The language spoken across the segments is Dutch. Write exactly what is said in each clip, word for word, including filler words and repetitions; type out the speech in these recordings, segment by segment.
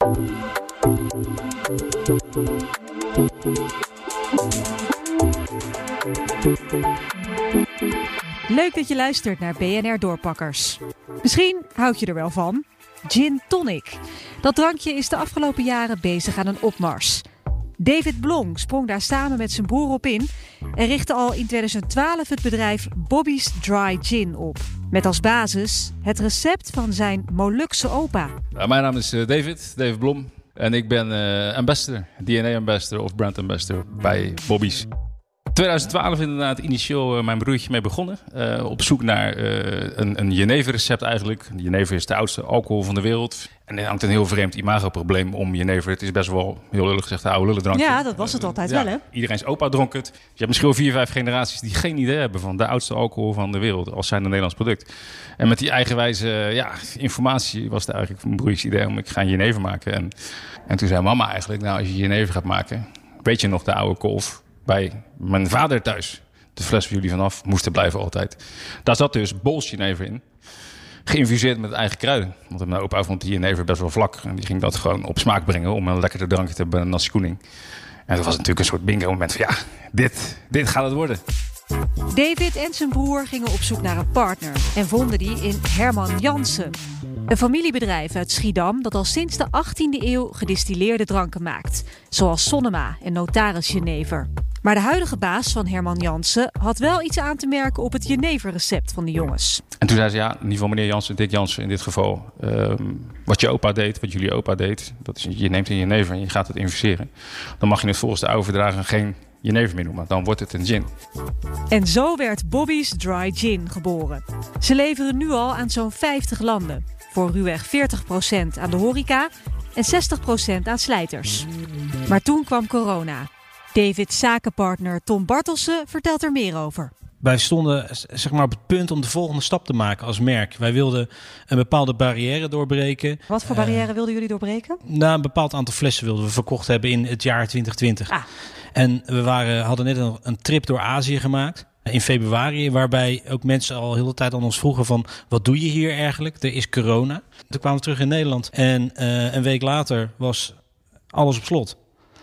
Leuk dat je luistert naar B N R Doorpakkers. Misschien houd je er wel van. Gin tonic. Dat drankje is de afgelopen jaren bezig aan een opmars. David Blong sprong daar samen met zijn broer op in en richtte al in twintig twaalf het bedrijf Bobby's Dry Gin op. Met als basis het recept van zijn Molukse opa. Nou, mijn naam is David, David Blom. En ik ben uh, ambassador, D N A-ambassador of brand ambassador bij Bobby's. twintig twaalf inderdaad initieel uh, mijn broertje mee begonnen. Uh, op zoek naar uh, een, een jenever-recept eigenlijk. Jenever is de oudste alcohol van de wereld. En er hangt een heel vreemd imagoprobleem om jenever. Het is best wel, heel lullig gezegd, een oude lullendrankje. Ja, dat was het altijd uh, ja, wel, hè? Iedereen's opa dronk het. Je hebt misschien wel vier, vijf generaties die geen idee hebben van de oudste alcohol van de wereld. Als zijn een Nederlands product. En met die eigenwijze ja, informatie was het eigenlijk mijn broertje idee om ik ga een jenever maken. En, en toen zei mama eigenlijk, nou als je jenever gaat maken, weet je nog de oude kolf bij mijn vader thuis. De fles van jullie vanaf moesten blijven altijd. Daar zat dus Bols jenever in. Geïnfuseerd met eigen kruiden. Want mijn opa vond die jenever best wel vlak. En die ging dat gewoon op smaak brengen om een lekkerder drankje te hebben, een nasi kuning. En dat was natuurlijk een soort bingo moment van ja, dit, dit gaat het worden. David en zijn broer gingen op zoek naar een partner en vonden die in Herman Jansen. Een familiebedrijf uit Schiedam dat al sinds de achttiende eeuw gedistilleerde dranken maakt. Zoals Sonnema en Notaris Jenever. Maar de huidige baas van Herman Jansen had wel iets aan te merken op het jeneverrecept van de jongens. En toen zei ze, ja, in ieder geval meneer Jansen, Dick Jansen in dit geval. Um, wat je opa deed, wat jullie opa deed, dat is, je neemt een jenever en je gaat het infuseren. Dan mag je het volgens de oude verdragen geen jenever meer noemen, dan wordt het een gin. En zo werd Bobby's Dry Gin geboren. Ze leveren nu al aan zo'n vijftig landen. Voor ruwweg veertig procent aan de horeca en zestig procent aan slijters. Maar toen kwam corona. David's zakenpartner Tom Bartelsen vertelt er meer over. Wij stonden zeg maar, op het punt om de volgende stap te maken als merk. Wij wilden een bepaalde barrière doorbreken. Wat voor barrière uh, wilden jullie doorbreken? Nou, een bepaald aantal flessen wilden we verkocht hebben in het jaar twintig twintig. Ah. En we waren, hadden net een, een trip door Azië gemaakt. In februari, waarbij ook mensen al heel de tijd aan ons vroegen van, wat doe je hier eigenlijk? Er is corona. Toen kwamen we terug in Nederland. En uh, een week later was alles op slot.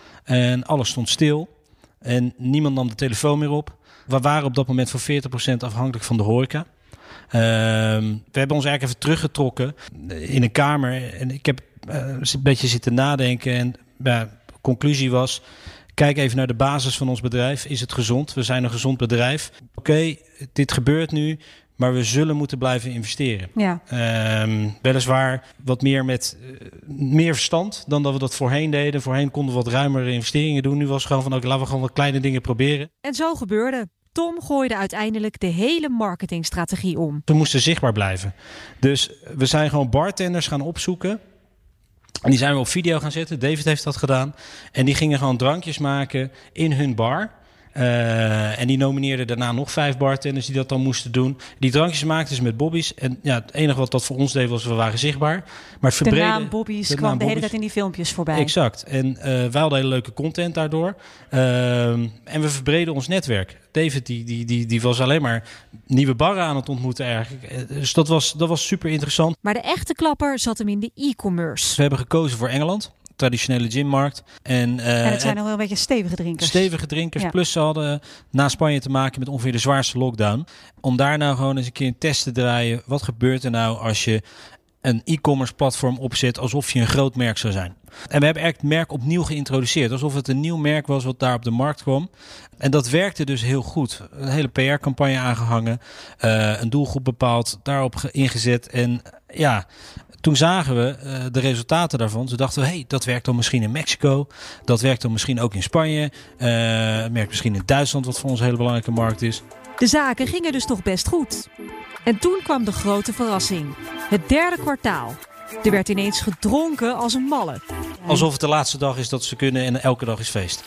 En alles stond stil. En niemand nam de telefoon meer op. We waren op dat moment voor veertig procent afhankelijk van de horeca. Uh, we hebben ons eigenlijk even teruggetrokken in een kamer. En ik heb uh, een beetje zitten nadenken. En ja, de conclusie was, kijk even naar de basis van ons bedrijf. Is het gezond? We zijn een gezond bedrijf. Oké, okay, dit gebeurt nu, maar we zullen moeten blijven investeren. Ja. Um, weliswaar wat meer met uh, meer verstand dan dat we dat voorheen deden. Voorheen konden we wat ruimere investeringen doen. Nu was het gewoon van, oké, laten we gewoon wat kleine dingen proberen. En zo gebeurde. Tom gooide uiteindelijk de hele marketingstrategie om. We moesten zichtbaar blijven. Dus we zijn gewoon bartenders gaan opzoeken. En die zijn we op video gaan zetten. David heeft dat gedaan. En die gingen gewoon drankjes maken in hun bar. Uh, en die nomineerden daarna nog vijf bartenders die dat dan moesten doen. Die drankjes maakten ze met Bobby's. En ja, het enige wat dat voor ons deed was, we waren zichtbaar. Maar het verbreden, de naam Bobby's de kwam naam de hele Bobby's. tijd in die filmpjes voorbij. Exact. En uh, wij hadden hele leuke content daardoor. Uh, en we verbreden ons netwerk. David die, die, die, die was alleen maar nieuwe barren aan het ontmoeten eigenlijk. Dus dat was, dat was super interessant. Maar de echte klapper zat hem in de e-commerce. We hebben gekozen voor Engeland. Traditionele ginmarkt. En, uh, en het zijn nog wel een beetje stevige drinkers. Stevige drinkers. Ja. Plus ze hadden na Spanje te maken met ongeveer de zwaarste lockdown. Om daar nou gewoon eens een keer een test te draaien. Wat gebeurt er nou als je een e-commerce platform opzet alsof je een groot merk zou zijn? En we hebben eigenlijk het merk opnieuw geïntroduceerd. Alsof het een nieuw merk was wat daar op de markt kwam. En dat werkte dus heel goed. Een hele P R-campagne aangehangen. Uh, een doelgroep bepaald. Daarop ingezet. En ja, toen zagen we uh, de resultaten daarvan. Toen dachten we, hey, dat werkt dan misschien in Mexico. Dat werkt dan misschien ook in Spanje. Uh, merkt misschien in Duitsland, wat voor ons een hele belangrijke markt is. De zaken gingen dus toch best goed. En toen kwam de grote verrassing. Het derde kwartaal. Er werd ineens gedronken als een malle. Alsof het de laatste dag is dat ze kunnen en elke dag is feest.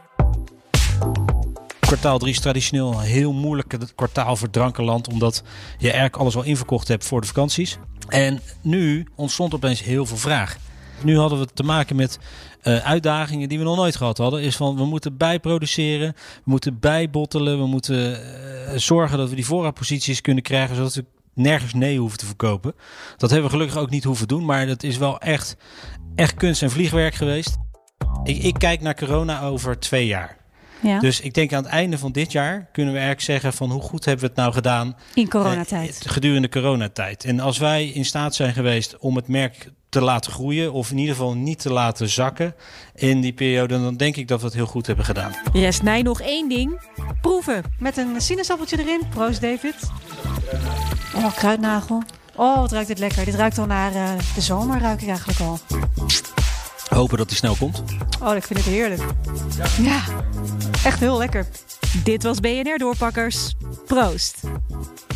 Kwartaal drie is traditioneel een heel moeilijk kwartaal voor drankenland. Omdat je eigenlijk alles al inverkocht hebt voor de vakanties. En nu ontstond opeens heel veel vraag. Nu hadden we te maken met uh, uitdagingen die we nog nooit gehad hadden. Is van, we moeten bijproduceren, we moeten bijbottelen. We moeten uh, zorgen dat we die voorraadposities kunnen krijgen. Zodat we nergens nee hoeven te verkopen. Dat hebben we gelukkig ook niet hoeven doen. Maar dat is wel echt, echt kunst en vliegwerk geweest. Ik, ik kijk naar corona over twee jaar. Ja. Dus ik denk aan het einde van dit jaar kunnen we eigenlijk zeggen van hoe goed hebben we het nou gedaan in coronatijd. Eh, gedurende coronatijd. En als wij in staat zijn geweest om het merk te laten groeien of in ieder geval niet te laten zakken in die periode, dan denk ik dat we het heel goed hebben gedaan. Rest mij nog één ding. Proeven met een sinaasappeltje erin. Proost, David. Oh, kruidnagel. Oh, wat ruikt dit lekker. Dit ruikt al naar uh, de zomer, ruik ik eigenlijk al. Hopen dat die snel komt. Oh, ik vind het heerlijk. Ja, echt heel lekker. Dit was B N R Doorpakkers. Proost.